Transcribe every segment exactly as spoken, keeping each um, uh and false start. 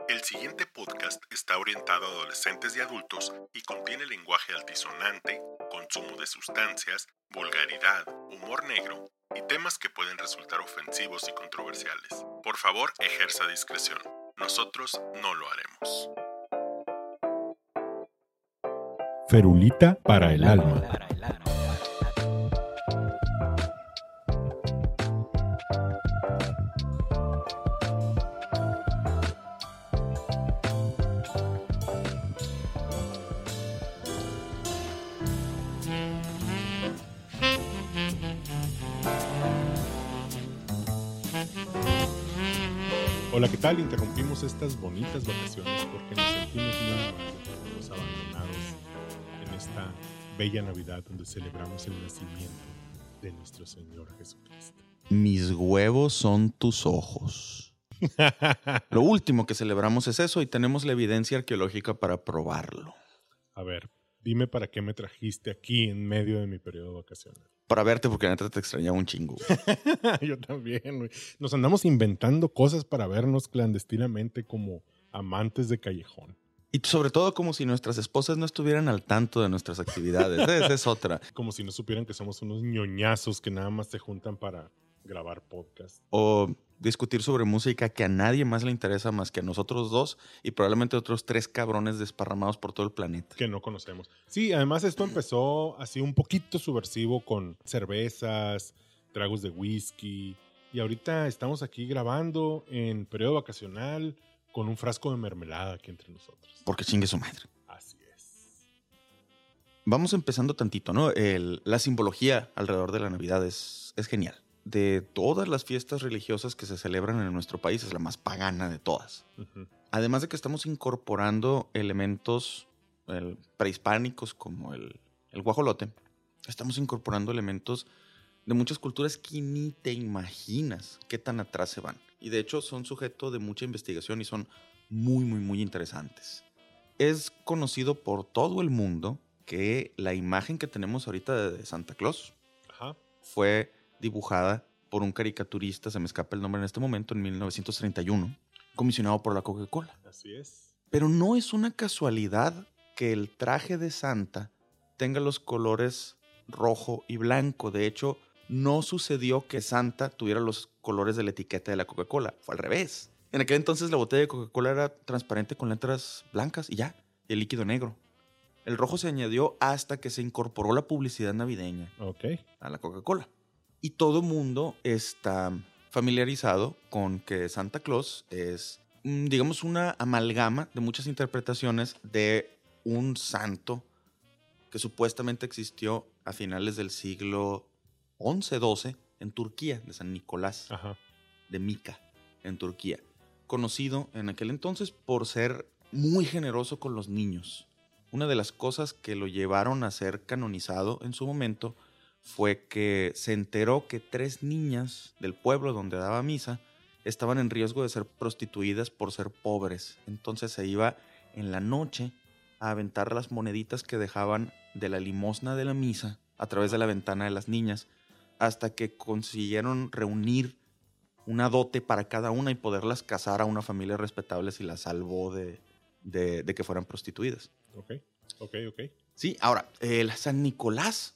El siguiente podcast está orientado a adolescentes y adultos y contiene lenguaje altisonante, consumo de sustancias, vulgaridad, humor negro y temas que pueden resultar ofensivos y controversiales. Por favor, ejerza discreción. Nosotros no lo haremos. Ferulita para el alma. Hola, ¿qué tal? Interrumpimos estas bonitas vacaciones porque nos sentimos muy mal, los abandonados en esta bella Navidad donde celebramos el nacimiento de nuestro Señor Jesucristo. Mis huevos son tus ojos. Lo último que celebramos es eso y tenemos la evidencia arqueológica para probarlo. A ver, dime para qué me trajiste aquí en medio de mi periodo vacacional. Para verte porque la neta te extrañaba un chingo. Yo también, güey. Nos andamos inventando cosas para vernos clandestinamente como amantes de callejón. Y sobre todo como si nuestras esposas no estuvieran al tanto de nuestras actividades. Esa es otra. Como si no supieran que somos unos ñoñazos que nada más se juntan para grabar podcast. O discutir sobre música que a nadie más le interesa más que a nosotros dos y probablemente otros tres cabrones desparramados por todo el planeta. Que no conocemos. Sí, además esto empezó así un poquito subversivo con cervezas, tragos de whisky. Y ahorita estamos aquí grabando en periodo vacacional con un frasco de mermelada aquí entre nosotros. Porque chingue su madre. Así es. Vamos empezando tantito, ¿no? El, la simbología alrededor de la Navidad es, es genial. De todas las fiestas religiosas que se celebran en nuestro país, es la más pagana de todas. Uh-huh. Además de que estamos incorporando elementos el, prehispánicos como el, el guajolote, estamos incorporando elementos de muchas culturas que ni te imaginas qué tan atrás se van. Y de hecho son sujeto de mucha investigación y son muy, muy, muy interesantes. Es conocido por todo el mundo que la imagen que tenemos ahorita de Santa Claus Ajá. fue dibujada por un caricaturista, se me escapa el nombre en este momento, en mil novecientos treinta y uno, comisionado por la Coca-Cola. Así es. Pero no es una casualidad que el traje de Santa tenga los colores rojo y blanco. De hecho, no sucedió que Santa tuviera los colores de la etiqueta de la Coca-Cola. Fue al revés. En aquel entonces la botella de Coca-Cola era transparente con letras blancas y ya, y el líquido negro. El rojo se añadió hasta que se incorporó la publicidad navideña Ok. a la Coca-Cola. Y todo mundo está familiarizado con que Santa Claus es, digamos, una amalgama de muchas interpretaciones de un santo que supuestamente existió a finales del siglo once doce en Turquía, de San Nicolás, Ajá. de Mika, en Turquía. Conocido en aquel entonces por ser muy generoso con los niños. Una de las cosas que lo llevaron a ser canonizado en su momento fue que se enteró que tres niñas del pueblo donde daba misa estaban en riesgo de ser prostituidas por ser pobres. Entonces se iba en la noche a aventar las moneditas que dejaban de la limosna de la misa a través de la ventana de las niñas hasta que consiguieron reunir una dote para cada una y poderlas casar a una familia respetable si las salvó de, de, de que fueran prostituidas. Ok, ok, ok. Sí, ahora, el San Nicolás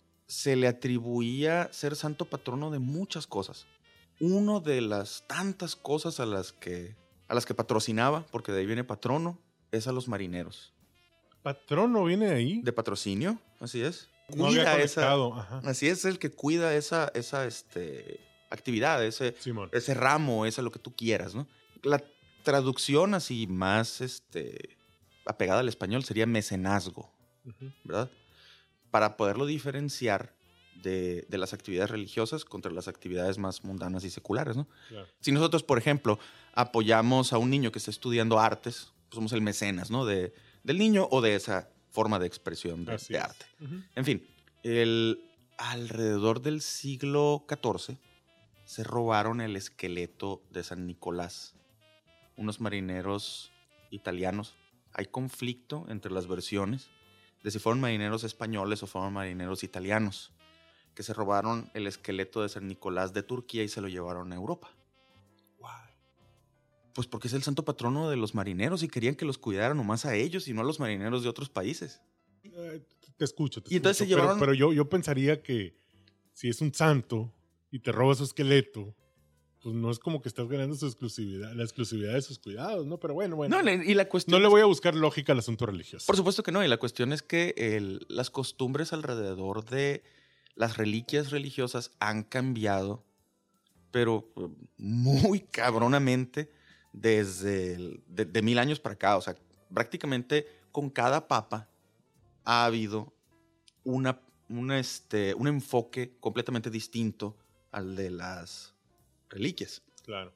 se le atribuía ser santo patrono de muchas cosas. Una de las tantas cosas a las que, a las que patrocinaba, porque de ahí viene patrono, es a los marineros. ¿Patrono viene de ahí? De patrocinio, así es. No había Cuida esa, conectado. Ajá. así es el que cuida esa, esa este, actividad, ese, Simón. ese ramo, ese lo que tú quieras, ¿no? La traducción así más este, apegada al español sería mecenazgo, Uh-huh. ¿verdad? Para poderlo diferenciar de, de las actividades religiosas contra las actividades más mundanas y seculares, ¿no? Claro. Si nosotros, por ejemplo, apoyamos a un niño que está estudiando artes, pues somos el mecenas, ¿no? De, del niño o de esa forma de expresión de, Así de es. arte. Uh-huh. En fin, el, alrededor del siglo catorce se robaron el esqueleto de San Nicolás. Unos marineros italianos. Hay conflicto entre las versiones de si fueron marineros españoles o fueron marineros italianos, que se robaron el esqueleto de San Nicolás de Turquía y se lo llevaron a Europa. Wow. Pues porque es el santo patrono de los marineros y querían que los cuidaran nomás a ellos y no a los marineros de otros países. Eh, te escucho, te Y entonces escucho. se llevaron- Pero, pero yo, yo pensaría que si es un santo y te roba su esqueleto, pues no es como que estás ganando su exclusividad, la exclusividad de sus cuidados, ¿no? Pero bueno, bueno. No, le- y la cuestión No le es- voy a buscar lógica al asunto religioso. Por supuesto que no, y la cuestión es que el- las costumbres alrededor de las reliquias religiosas han cambiado, pero eh, muy cabronamente desde el- de, de mil años para acá. O sea, prácticamente con cada papa ha habido una, una, este, un enfoque completamente distinto al de las reliquias. Claro.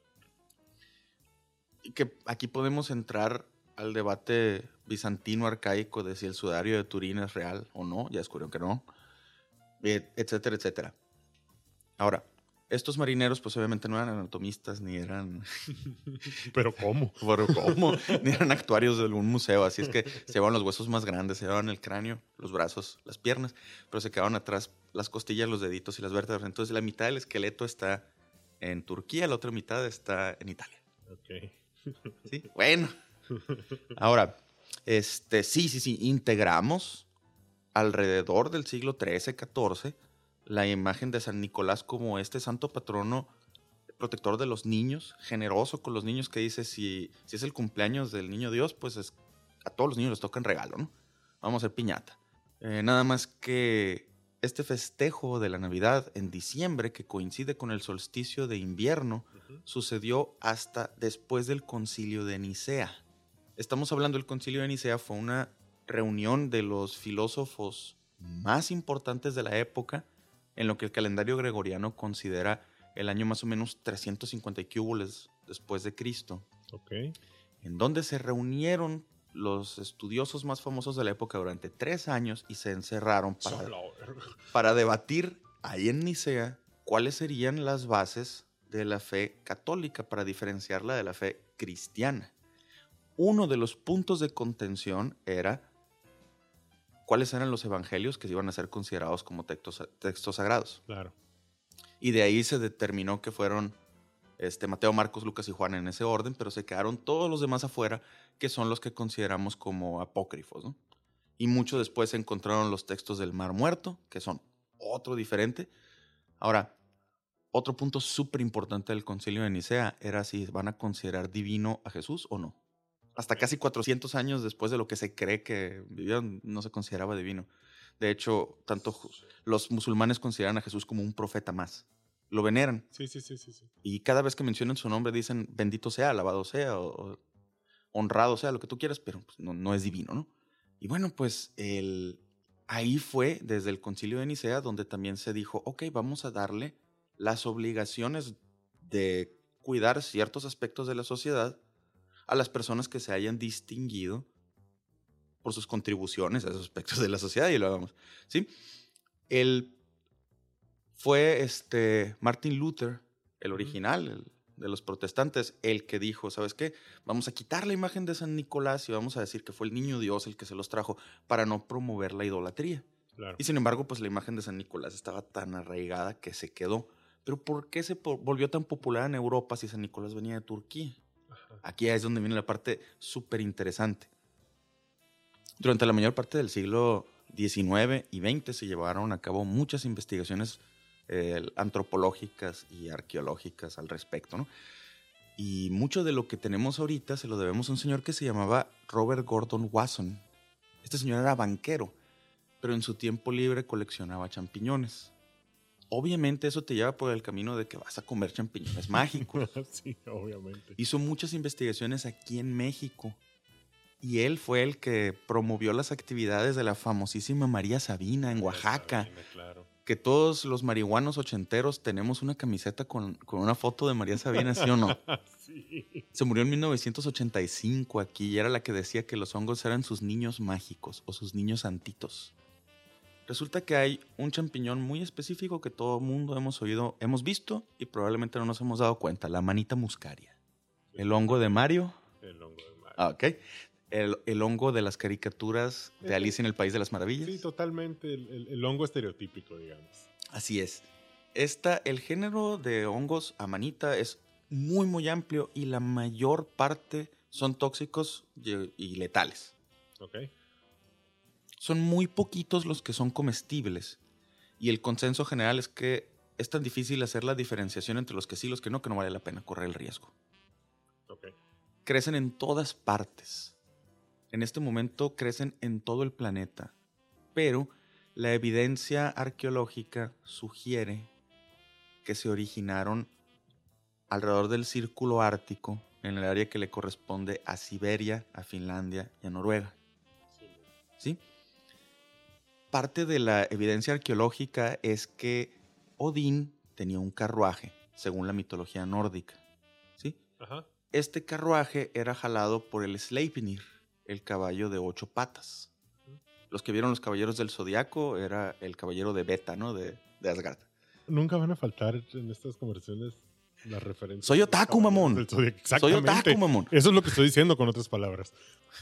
Y que aquí podemos entrar al debate bizantino arcaico de si el sudario de Turín es real o no, ya descubrieron que no, eh, etcétera, etcétera. Ahora, estos marineros pues obviamente no eran anatomistas ni eran, Pero ¿cómo? pero ¿cómo? Ni eran actuarios de algún museo, así es que se llevaban los huesos más grandes, se llevaban el cráneo, los brazos, las piernas, pero se quedaban atrás las costillas, los deditos y las vértebras. Entonces la mitad del esqueleto está en Turquía, la otra mitad está en Italia. Ok. ¿Sí? Bueno. Ahora, este, sí, sí, sí, integramos alrededor del siglo trece, catorce la imagen de San Nicolás como este santo patrono protector de los niños, generoso con los niños, que dice si, si es el cumpleaños del niño Dios, pues es, a todos los niños les toca en regalo, ¿no? Vamos a hacer piñata. Eh, nada más que este festejo de la Navidad en diciembre, que coincide con el solsticio de invierno, Ujú. sucedió hasta después del Concilio de Nicea. Estamos hablando del Concilio de Nicea, fue una reunión de los filósofos más importantes de la época, en lo que el calendario gregoriano considera el año más o menos trescientos cincuenta y cúboles después de Cristo, Ok. en donde se reunieron los estudiosos más famosos de la época durante tres años y se encerraron para, Solo, verga. para debatir ahí en Nicea cuáles serían las bases de la fe católica para diferenciarla de la fe cristiana. Uno de los puntos de contención era cuáles eran los evangelios que iban a ser considerados como textos, textos sagrados. Claro. Y de ahí se determinó que fueron este, Mateo, Marcos, Lucas y Juan en ese orden, pero se quedaron todos los demás afuera, que son los que consideramos como apócrifos, ¿no? Y mucho después se encontraron los textos del Mar Muerto, que son otro diferente. Ahora, otro punto súper importante del Concilio de Nicea era si van a considerar divino a Jesús o no. Hasta casi cuatrocientos años después de lo que se cree que vivió, no se consideraba divino. De hecho, tanto los musulmanes consideran a Jesús como un profeta más. Lo veneran. Sí, sí, sí, sí, sí. Y cada vez que mencionan su nombre dicen bendito sea, alabado sea, o, o honrado sea, lo que tú quieras, pero pues, no, no es divino, ¿no? Y bueno, pues el, ahí fue desde el Concilio de Nicea donde también se dijo, ok, vamos a darle las obligaciones de cuidar ciertos aspectos de la sociedad a las personas que se hayan distinguido por sus contribuciones a esos aspectos de la sociedad, y lo hagamos, ¿sí? El, fue este Martin Luther, el original, el de los protestantes, el que dijo, ¿sabes qué? Vamos a quitar la imagen de San Nicolás y vamos a decir que fue el niño Dios el que se los trajo para no promover la idolatría. Claro. Y sin embargo, pues la imagen de San Nicolás estaba tan arraigada que se quedó. Pero ¿por qué se po- volvió tan popular en Europa si San Nicolás venía de Turquía? Ajá. Aquí es donde viene la parte súper interesante. Durante la mayor parte del siglo diecinueve y veinte se llevaron a cabo muchas investigaciones eh, antropológicas y arqueológicas al respecto, ¿no? Y mucho de lo que tenemos ahorita se lo debemos a un señor que se llamaba Robert Gordon Wasson. Este señor era banquero, pero en su tiempo libre coleccionaba champiñones. Obviamente eso te lleva por el camino de que vas a comer champiñones mágicos. Sí, obviamente. Hizo muchas investigaciones aquí en México. Y él fue el que promovió las actividades de la famosísima María Sabina en Oaxaca. Sabina, claro. Que todos los marihuanos ochenteros tenemos una camiseta con, con una foto de María Sabina, ¿sí o no? Sí. Se murió en mil novecientos ochenta y cinco aquí y era la que decía que los hongos eran sus niños mágicos o sus niños santitos. Resulta que hay un champiñón muy específico que todo el mundo hemos oído, hemos visto y probablemente no nos hemos dado cuenta, la manita muscaria. El hongo de Mario. El hongo de mar. Ah, ok. El, el hongo de las caricaturas de Alicia en el País de las Maravillas. Sí, totalmente. El, el- el hongo estereotípico, digamos. Así es. Esta, el género de hongos a manita es muy, muy amplio y la mayor parte son tóxicos y, y letales. Ok. Son muy poquitos los que son comestibles. Y el consenso general es que es tan difícil hacer la diferenciación entre los que sí y los que no, que no vale la pena correr el riesgo. Ok. Crecen en todas partes. En este momento crecen en todo el planeta. Pero la evidencia arqueológica sugiere que se originaron alrededor del Círculo Ártico, en el área que le corresponde a Siberia, a Finlandia y a Noruega. ¿Sí? Parte de la evidencia arqueológica es que Odín tenía un carruaje, según la mitología nórdica. ¿Sí? Ajá. Este carruaje era jalado por el Sleipnir, el caballo de ocho patas. Los que vieron los Caballeros del Zodiaco era el caballero de Beta, ¿no? De, de Asgard. Nunca van a faltar en estas conversaciones las referencias. Soy otaku, mamón. Exactamente. Soy otaku, mamón. Eso es lo que estoy diciendo con otras palabras.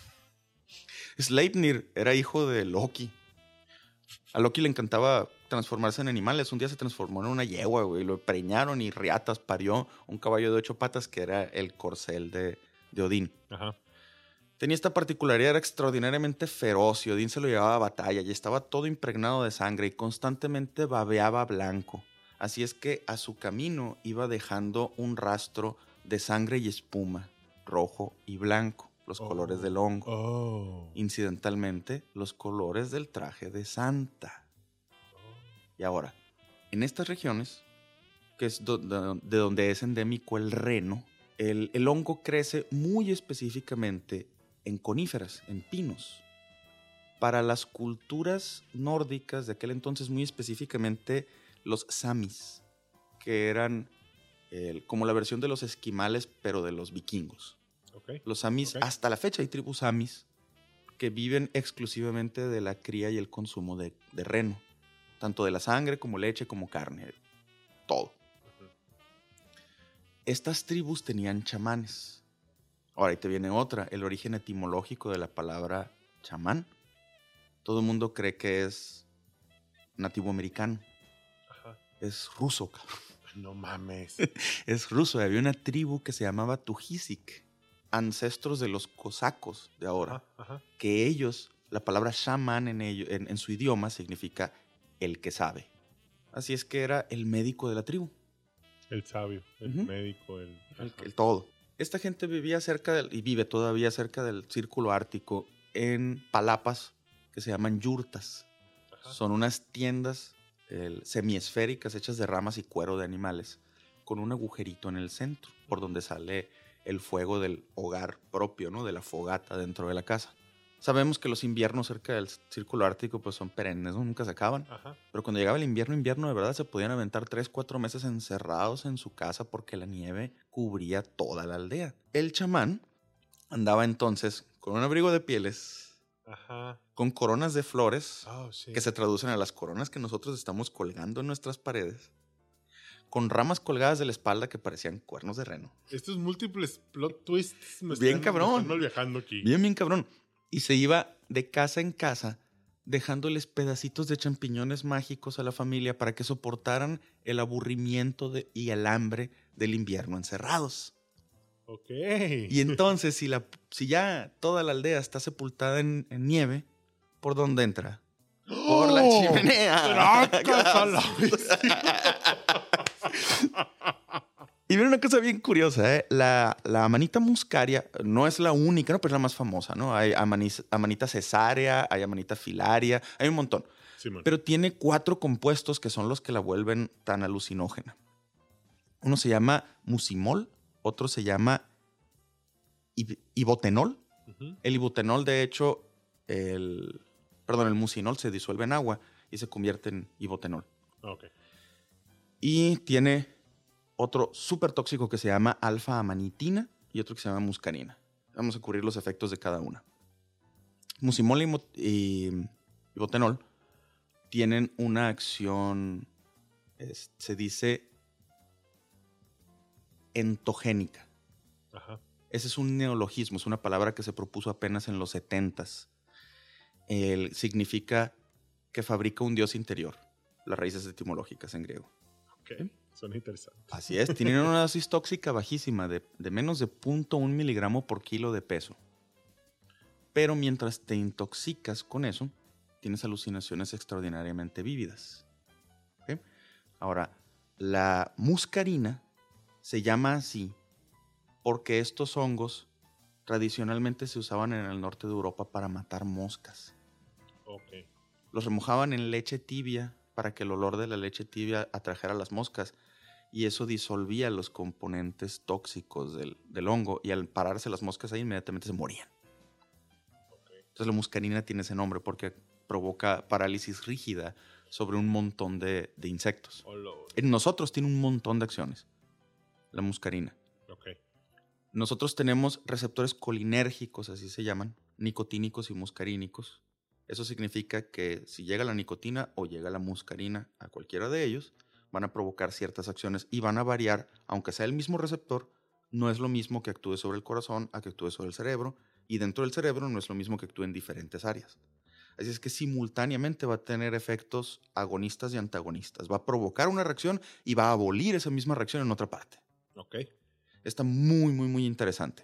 Sleipnir era hijo de Loki. A Loki le encantaba transformarse en animales. Un día se transformó en una yegua, güey. Lo preñaron y riatas parió un caballo de ocho patas que era el corcel de, de Odín. Ajá. Tenía esta particularidad, era extraordinariamente feroz y Odín se lo llevaba a batalla y estaba todo impregnado de sangre y constantemente babeaba blanco. Así es que a su camino iba dejando un rastro de sangre y espuma, rojo y blanco, los Oh. colores del hongo. Oh. Incidentalmente, los colores del traje de Santa. Y ahora, en estas regiones, que es do- do- de donde es endémico el reno, el, el hongo crece muy específicamente en coníferas, en pinos. Para las culturas nórdicas de aquel entonces, muy específicamente los samis, que eran el- como la versión de los esquimales, pero de los vikingos. Ok. Los samis, Ok. hasta la fecha hay tribus samis que viven exclusivamente de la cría y el consumo de, de reno, tanto de la sangre como leche como carne, todo. Ujú. Estas tribus tenían chamanes. Ahora, ahí te viene otra, el origen etimológico de la palabra chamán. Todo el mundo cree que es nativo americano. Ajá. Es ruso, cabrón. No mames. Es ruso. Había una tribu que se llamaba Tujisik, ancestros de los cosacos de ahora. Ajá. Ajá. Que ellos, la palabra shaman en, ello- en, en su idioma significa el que sabe. Así es que era el médico de la tribu. El sabio, el Ujú. médico, el... El, Ajá. el todo. Esta gente vivía cerca del, y vive todavía cerca del Círculo Ártico en palapas que se llaman yurtas. Ajá. Son unas tiendas el, semiesféricas hechas de ramas y cuero de animales con un agujerito en el centro por donde sale el fuego del hogar propio, ¿no? De la fogata dentro de la casa. Sabemos que los inviernos cerca del Círculo Ártico pues son perennes, ¿no? Nunca se acaban. Ajá. Pero cuando llegaba el invierno, invierno de verdad, se podían aventar tres, cuatro meses encerrados en su casa porque la nieve cubría toda la aldea. El chamán andaba entonces con un abrigo de pieles, Ajá. con coronas de flores, Oh, sí. que se traducen a las coronas que nosotros estamos colgando en nuestras paredes, con ramas colgadas de la espalda que parecían cuernos de reno. Estos múltiples plot twists me Bien están, cabrón. me están malviajando aquí. Bien, bien cabrón. Y se iba de casa en casa dejándoles pedacitos de champiñones mágicos a la familia para que soportaran el aburrimiento de- y el hambre del invierno encerrados. Ok. Y entonces, si, la, si ya toda la aldea está sepultada en, en nieve, ¿por dónde entra? Por la ¡Oh! chimenea. ¡Tracas a la Y viene una cosa bien curiosa, ¿eh? La, la amanita muscaria no es la única, ¿no? Pero es la más famosa, ¿no? Hay amanis- amanita cesárea, hay amanita filaria, hay un montón. Simón. Pero tiene cuatro compuestos que son los que la vuelven tan alucinógena. Uno se llama mucimol, otro se llama ib- ibotenol. Ujú. El ibotenol, de hecho, el, perdón, el mucinol se disuelve en agua y se convierte en ibotenol. Ok. Y tiene otro súper tóxico que se llama alfa-amanitina y otro que se llama muscarina. Vamos a cubrir los efectos de cada una. Mucimol y, mo- y ibotenol tienen una acción, es- se dice, entogénica. Ajá. Ese es un neologismo, es una palabra que se propuso apenas en los setentas. El, significa que fabrica un dios interior. Las raíces etimológicas en griego. Ok. Son interesantes. Así es, tienen una dosis tóxica bajísima de, de menos de cero punto uno miligramo por kilo de peso. Pero mientras te intoxicas con eso, tienes alucinaciones extraordinariamente vívidas. ¿Okay? Ahora, la muscarina se llama así porque estos hongos tradicionalmente se usaban en el norte de Europa para matar moscas. Ok. Los remojaban en leche tibia para que el olor de la leche tibia atrajera a las moscas y eso disolvía los componentes tóxicos del, del hongo y al pararse las moscas ahí inmediatamente se morían. Okay. Entonces la muscarina tiene ese nombre porque provoca parálisis rígida sobre un montón de, de insectos. Oh, Lord. En nosotros tiene un montón de acciones, la muscarina. Okay. Nosotros tenemos receptores colinérgicos, así se llaman, nicotínicos y muscarínicos. Eso significa que si llega la nicotina o llega la muscarina a cualquiera de ellos, van a provocar ciertas acciones y van a variar, aunque sea el mismo receptor, no es lo mismo que actúe sobre el corazón a que actúe sobre el cerebro, y dentro del cerebro no es lo mismo que actúe en diferentes áreas. Así es que simultáneamente va a tener efectos agonistas y antagonistas. Va a provocar una reacción y va a abolir esa misma reacción en otra parte. Ok. Está muy, muy, muy interesante.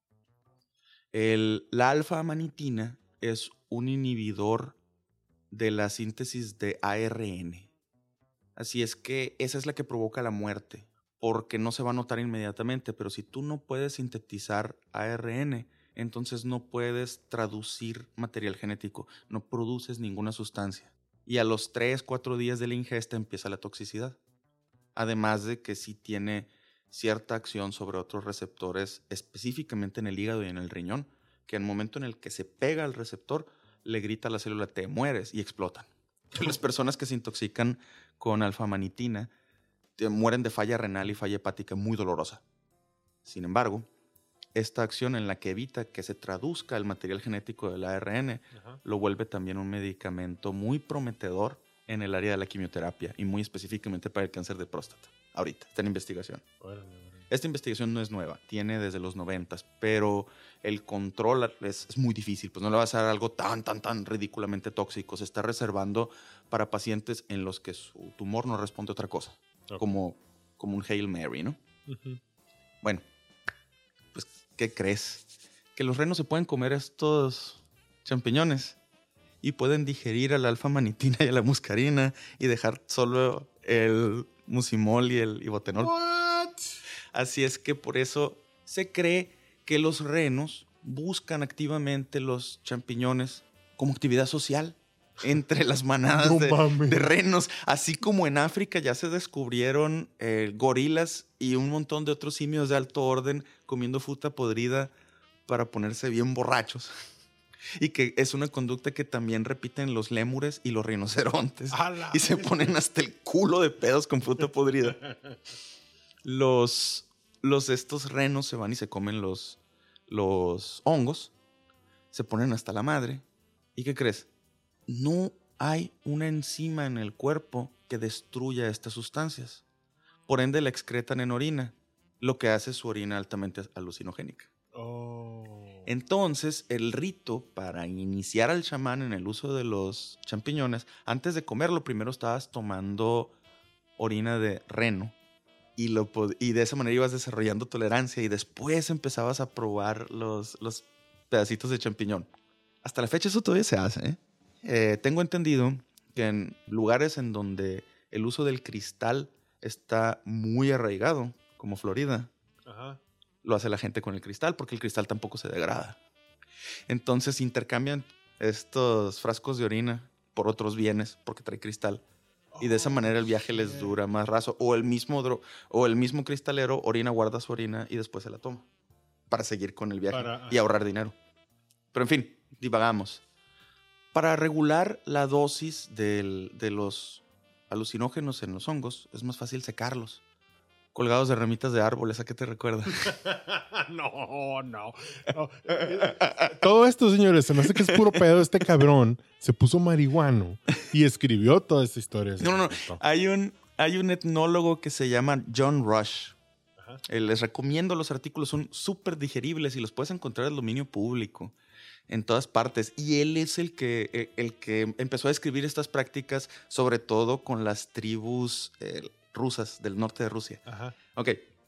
El, la alfa-amanitina es un inhibidor de la síntesis de A R N. Así es que esa es la que provoca la muerte, porque no se va a notar inmediatamente, pero si tú no puedes sintetizar A R N, entonces no puedes traducir material genético, no produces ninguna sustancia. Y a los tres, cuatro días de la ingesta empieza la toxicidad. Además de que sí tiene cierta acción sobre otros receptores, específicamente en el hígado y en el riñón, que en el momento en el que se pega al receptor, le grita a la célula, te mueres, y explotan. Las personas que se intoxican con alfamanitina mueren de falla renal y falla hepática muy dolorosa. Sin embargo, esta acción en la que evita que se traduzca el material genético del A R N, ajá, lo vuelve también un medicamento muy prometedor en el área de la quimioterapia y muy específicamente para el cáncer de próstata. Ahorita está en investigación. Órale, órale. Esta investigación no es nueva, tiene desde los noventas, pero el control es, es muy difícil, pues no le va a hacer algo tan, tan, tan ridículamente tóxico. Se está reservando para pacientes en los que su tumor no responde a otra cosa, okay, como, como un Hail Mary, ¿no? Uh-huh. Bueno, pues, ¿qué crees? Que los renos se pueden comer estos champiñones y pueden digerir a la alfa-amanitina y a la muscarina y dejar solo el mucimol y el ibotenol. What? Así es que por eso se cree que los renos buscan activamente los champiñones como actividad social entre las manadas no de, de renos. Así como en África ya se descubrieron eh, gorilas y un montón de otros simios de alto orden comiendo fruta podrida para ponerse bien borrachos. Y que es una conducta que también repiten los lémures y los rinocerontes. Y se ponen hasta el culo de pedos con fruta podrida. Los, los estos renos se van y se comen los, los hongos. Se ponen hasta la madre. ¿Y qué crees? No hay una enzima en el cuerpo que destruya estas sustancias. Por ende la excretan en orina, lo que hace su orina altamente alucinogénica. Oh. Entonces, el rito para iniciar al chamán en el uso de los champiñones, antes de comerlo, primero estabas tomando orina de reno y, lo, y de esa manera ibas desarrollando tolerancia y después empezabas a probar los, los pedacitos de champiñón. Hasta la fecha eso todavía se hace, ¿eh? Eh, tengo entendido que en lugares en donde el uso del cristal está muy arraigado, como Florida, ajá, lo hace la gente con el cristal porque el cristal tampoco se degrada. Entonces intercambian estos frascos de orina por otros bienes porque trae cristal. Y de esa manera el viaje les dura más raso. O el mismo, dro- o el mismo cristalero orina, guarda su orina y después se la toma para seguir con el viaje para... y ahorrar dinero. Pero en fin, divagamos. Para regular la dosis del, de los alucinógenos en los hongos es más fácil secarlos. Colgados de ramitas de árboles, ¿a qué te recuerda? no, no, no. Todo esto, señores, se me hace que es puro pedo. Este cabrón se puso marihuano y escribió toda esta historia. No, no, no. Hay un, hay un etnólogo que se llama John Rush. Ajá. Eh, les recomiendo los artículos, son súper digeribles y los puedes encontrar en dominio público en todas partes. Y él es el que, el que empezó a escribir estas prácticas, sobre todo con las tribus... Eh, rusas del norte de Rusia. Ajá. Ok.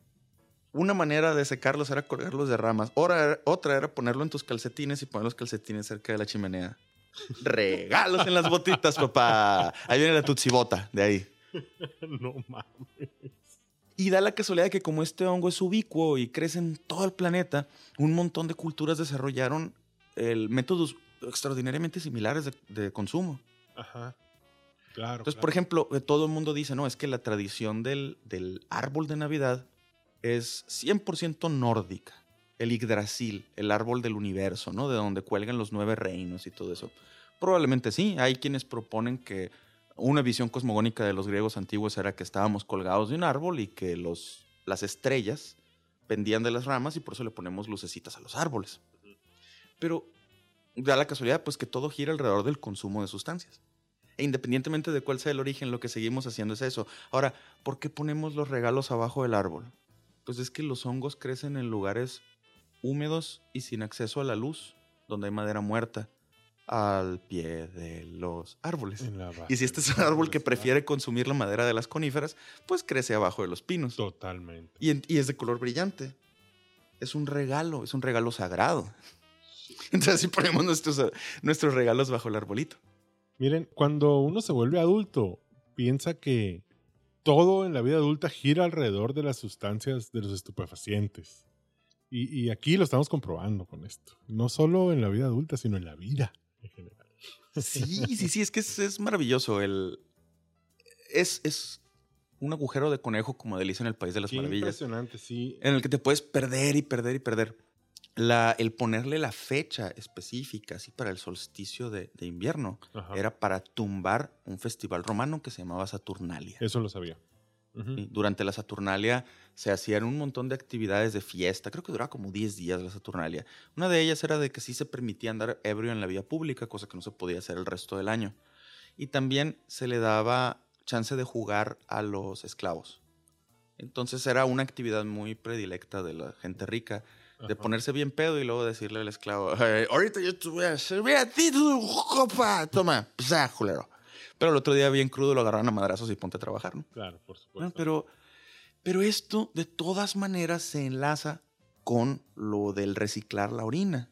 Una manera de secarlos era colgarlos de ramas. Otra, otra era ponerlo en tus calcetines y poner los calcetines cerca de la chimenea. Regalos en las botitas, papá. Ahí viene la tutsibota, de ahí. No mames. Y da la casualidad que como este hongo es ubicuo y crece en todo el planeta, un montón de culturas desarrollaron el métodos extraordinariamente similares de, de consumo. Ajá. Claro. Entonces, claro. por ejemplo, todo el mundo dice, no, es que la tradición del, del árbol de Navidad es cien por ciento nórdica. El Yggdrasil, el árbol del universo, ¿no? De donde cuelgan los nueve reinos y todo eso. Probablemente sí. Hay quienes proponen que una visión cosmogónica de los griegos antiguos era que estábamos colgados de un árbol y que los, las estrellas pendían de las ramas y por eso le ponemos lucecitas a los árboles. Pero da la casualidad pues que todo gira alrededor del consumo de sustancias. E independientemente de cuál sea el origen, lo que seguimos haciendo es eso. Ahora, ¿por qué ponemos los regalos abajo del árbol? Pues es que los hongos crecen en lugares húmedos y sin acceso a la luz, donde hay madera muerta, al pie de los árboles. En la base Y si este de es los un árbol árboles, que prefiere consumir la madera de las coníferas, pues crece abajo de los pinos. Totalmente. Y, en- y es de color brillante. Es un regalo, es un regalo sagrado. Entonces así ponemos nuestros, nuestros regalos bajo el arbolito. Miren, cuando uno se vuelve adulto, piensa que todo en la vida adulta gira alrededor de las sustancias, de los estupefacientes. Y, y aquí lo estamos comprobando con esto. No solo en la vida adulta, sino en la vida en general. Sí, sí, sí, es que es, es maravilloso. El, es, es un agujero de conejo, como Alicia en el País de las Qué Maravillas, impresionante, sí. en el que te puedes perder y perder y perder. La, el ponerle la fecha específica, así para el solsticio de, de invierno, Ajá. era para tumbar un festival romano que se llamaba Saturnalia. Eso lo sabía. Ujú. Y durante la Saturnalia se hacían un montón de actividades de fiesta. Creo que duraba como diez días la Saturnalia. Una de ellas era de que sí se permitía andar ebrio en la vía pública, cosa que no se podía hacer el resto del año. Y también se le daba chance de jugar a los esclavos. Entonces era una actividad muy predilecta de la gente rica, de Ajá. ponerse bien pedo y luego decirle al esclavo, "Ay, ahorita yo te voy a servir a ti tu copa, toma, psa, culero". Pero el otro día bien crudo lo agarraron a madrazos y ponte a trabajar, ¿no? Claro, por supuesto. Bueno, pero, pero esto de todas maneras se enlaza con lo del reciclar la orina.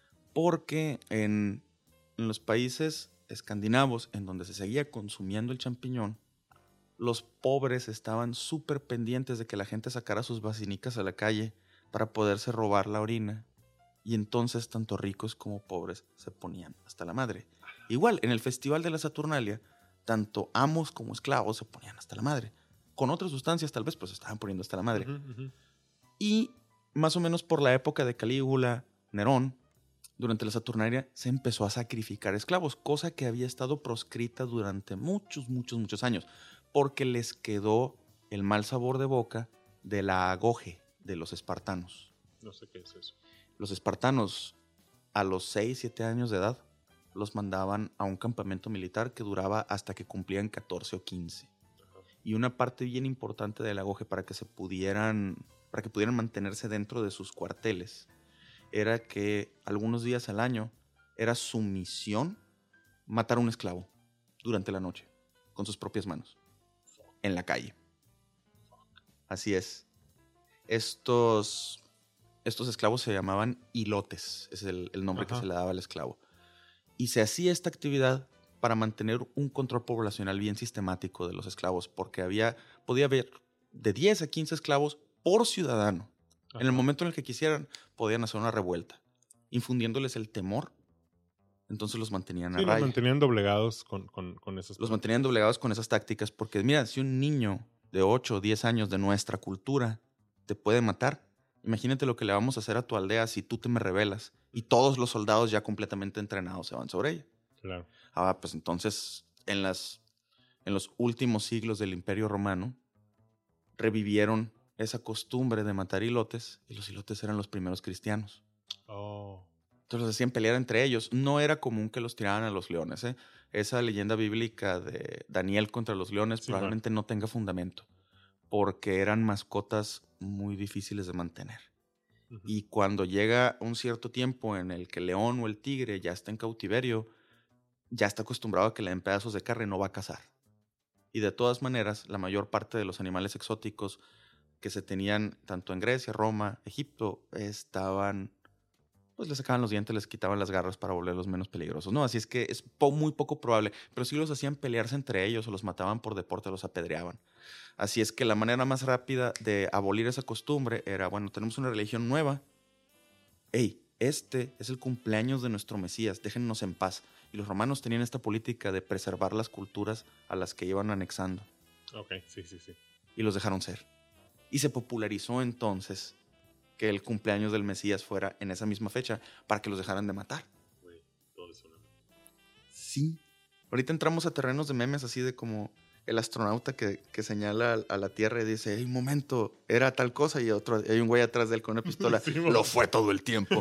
Porque en, en los países escandinavos, en donde se seguía consumiendo el champiñón, los pobres estaban súper pendientes de que la gente sacara sus basinicas a la calle para poderse robar la orina. Y entonces tanto ricos como pobres se ponían hasta la madre. Igual, en el Festival de la Saturnalia, tanto amos como esclavos se ponían hasta la madre. Con otras sustancias tal vez, pues se estaban poniendo hasta la madre. Ujú, ujú. Y más o menos por la época de Calígula, Nerón, durante la Saturnalia se empezó a sacrificar esclavos, cosa que había estado proscrita durante muchos, muchos, muchos años, porque les quedó el mal sabor de boca de la agoge de los espartanos. No sé qué es eso. Los espartanos, a los seis, siete años de edad, los mandaban a un campamento militar que duraba hasta que cumplían catorce o quince. Y una parte bien importante del agoge para que se pudieran, para que pudieran mantenerse dentro de sus cuarteles era que algunos días al año era su misión matar a un esclavo durante la noche con sus propias manos en la calle. Así es. Estos, estos esclavos se llamaban hilotes, es el, el nombre Ajá. que se le daba al esclavo. Y se hacía esta actividad para mantener un control poblacional bien sistemático de los esclavos, porque había, podía haber de diez a quince esclavos por ciudadano. Ajá. En el momento en el que quisieran, podían hacer una revuelta, infundiéndoles el temor. Entonces los mantenían a Sí, los raya. mantenían doblegados con, con, con esos. Los mantenían doblegados con esas tácticas, porque mira, si un niño de ocho o diez años de nuestra cultura te puede matar, imagínate lo que le vamos a hacer a tu aldea si tú te me rebelas y todos los soldados ya completamente entrenados se van sobre ella. Claro. Ah, pues entonces, en, las, en los últimos siglos del Imperio Romano, revivieron esa costumbre de matar hilotes, y los hilotes eran los primeros cristianos. Oh. Entonces los hacían pelear entre ellos. No era común que los tiraran a los leones, ¿eh? Esa leyenda bíblica de Daniel contra los leones Sí, probablemente no tenga fundamento, porque eran mascotas muy difíciles de mantener. Ujú. Y cuando llega un cierto tiempo en el que el león o el tigre ya está en cautiverio, ya está acostumbrado a que le den pedazos de carne, no va a cazar. Y de todas maneras, la mayor parte de los animales exóticos que se tenían tanto en Grecia, Roma, Egipto, estaban, pues les sacaban los dientes, les quitaban las garras para volverlos menos peligrosos, ¿no? Así es que es po- muy poco probable, pero sí los hacían pelearse entre ellos o los mataban por deporte, los apedreaban. Así es que la manera más rápida de abolir esa costumbre era, bueno, tenemos una religión nueva. ¡Ey! Este es el cumpleaños de nuestro Mesías, déjennos en paz. Y los romanos tenían esta política de preservar las culturas a las que iban anexando. Ok, sí, sí, sí. Y los dejaron ser. Y se popularizó entonces que el cumpleaños del Mesías fuera en esa misma fecha para que los dejaran de matar. Güey, todo es una... Sí. Ahorita entramos a terrenos de memes así de como el astronauta que, que señala a la Tierra y dice, hey, un momento, era tal cosa, y otro, hay un güey atrás de él con una pistola. Sí, lo fue todo el tiempo.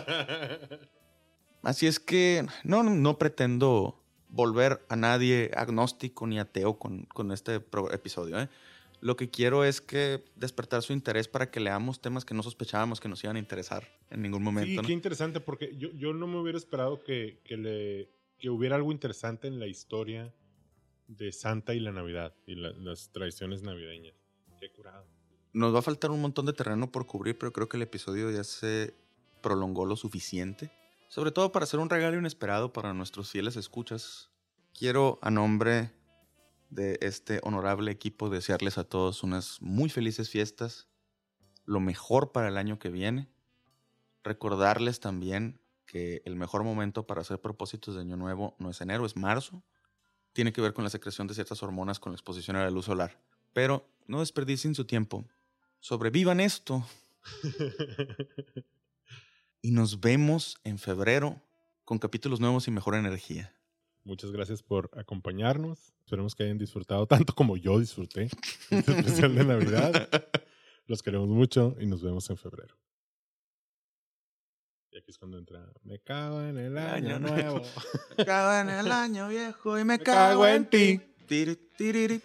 Así es que no, no pretendo volver a nadie agnóstico ni ateo con, con este pro- episodio, ¿eh? Lo que quiero es que despertar su interés para que leamos temas que no sospechábamos que nos iban a interesar en ningún momento. Sí, ¿no? qué interesante, porque yo, yo no me hubiera esperado que, que, le, que hubiera algo interesante en la historia de Santa y la Navidad y la, las tradiciones navideñas. Qué curado. Nos va a faltar un montón de terreno por cubrir, pero creo que el episodio ya se prolongó lo suficiente. Sobre todo para hacer un regalo inesperado para nuestros fieles escuchas. Quiero, a nombre de este honorable equipo, desearles a todos unas muy felices fiestas, lo mejor para el año que viene. Recordarles también que el mejor momento para hacer propósitos de año nuevo no es enero, es marzo. Tiene que ver con la secreción de ciertas hormonas con la exposición a la luz solar. Pero no desperdicien su tiempo. Sobrevivan esto. Y nos vemos en febrero con capítulos nuevos y mejor energía. Muchas gracias por acompañarnos. Esperemos que hayan disfrutado tanto como yo disfruté este especial de Navidad. Los queremos mucho y nos vemos en febrero. Y aquí es cuando entra, me cago en el año nuevo. Me cago en el año viejo y me, Me cago en ti. Tiri, tiriri.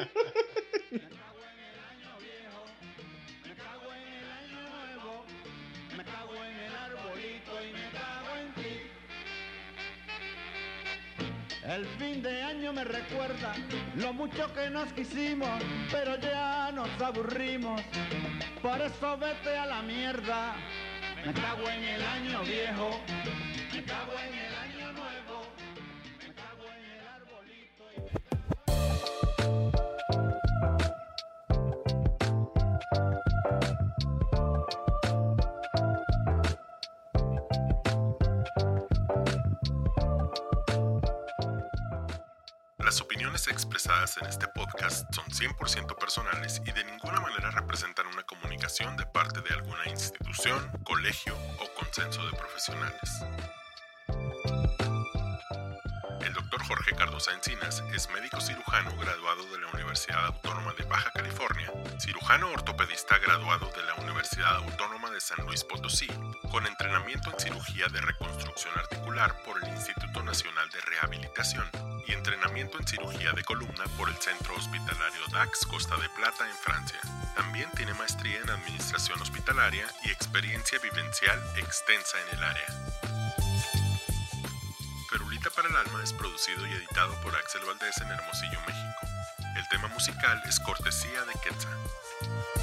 El fin de año me recuerda lo mucho que nos quisimos, pero ya nos aburrimos. Por eso vete a la mierda. Me cago en el año viejo. Me cago en el año nuevo. Me cago en el arbolito. Y... Las opiniones expresadas en este podcast son cien por ciento personales y de ninguna manera representan una comunicación de parte de alguna institución, colegio o consenso de profesionales. El doctor Jorge Cardosa Encinas es médico cirujano graduado de la Universidad Autónoma de Baja California, cirujano ortopedista graduado de la Universidad Autónoma de San Luis Potosí, con entrenamiento en cirugía de reconstrucción articular por el Instituto Nacional de Rehabilitación y entrenamiento en cirugía de columna por el Centro Hospitalario Dax Costa de Plata en Francia. También tiene maestría en administración hospitalaria y experiencia vivencial extensa en el área. Ferulita para el Alma es producido y editado por Axel Valdés en Hermosillo, México. El tema musical es cortesía de Quetzal.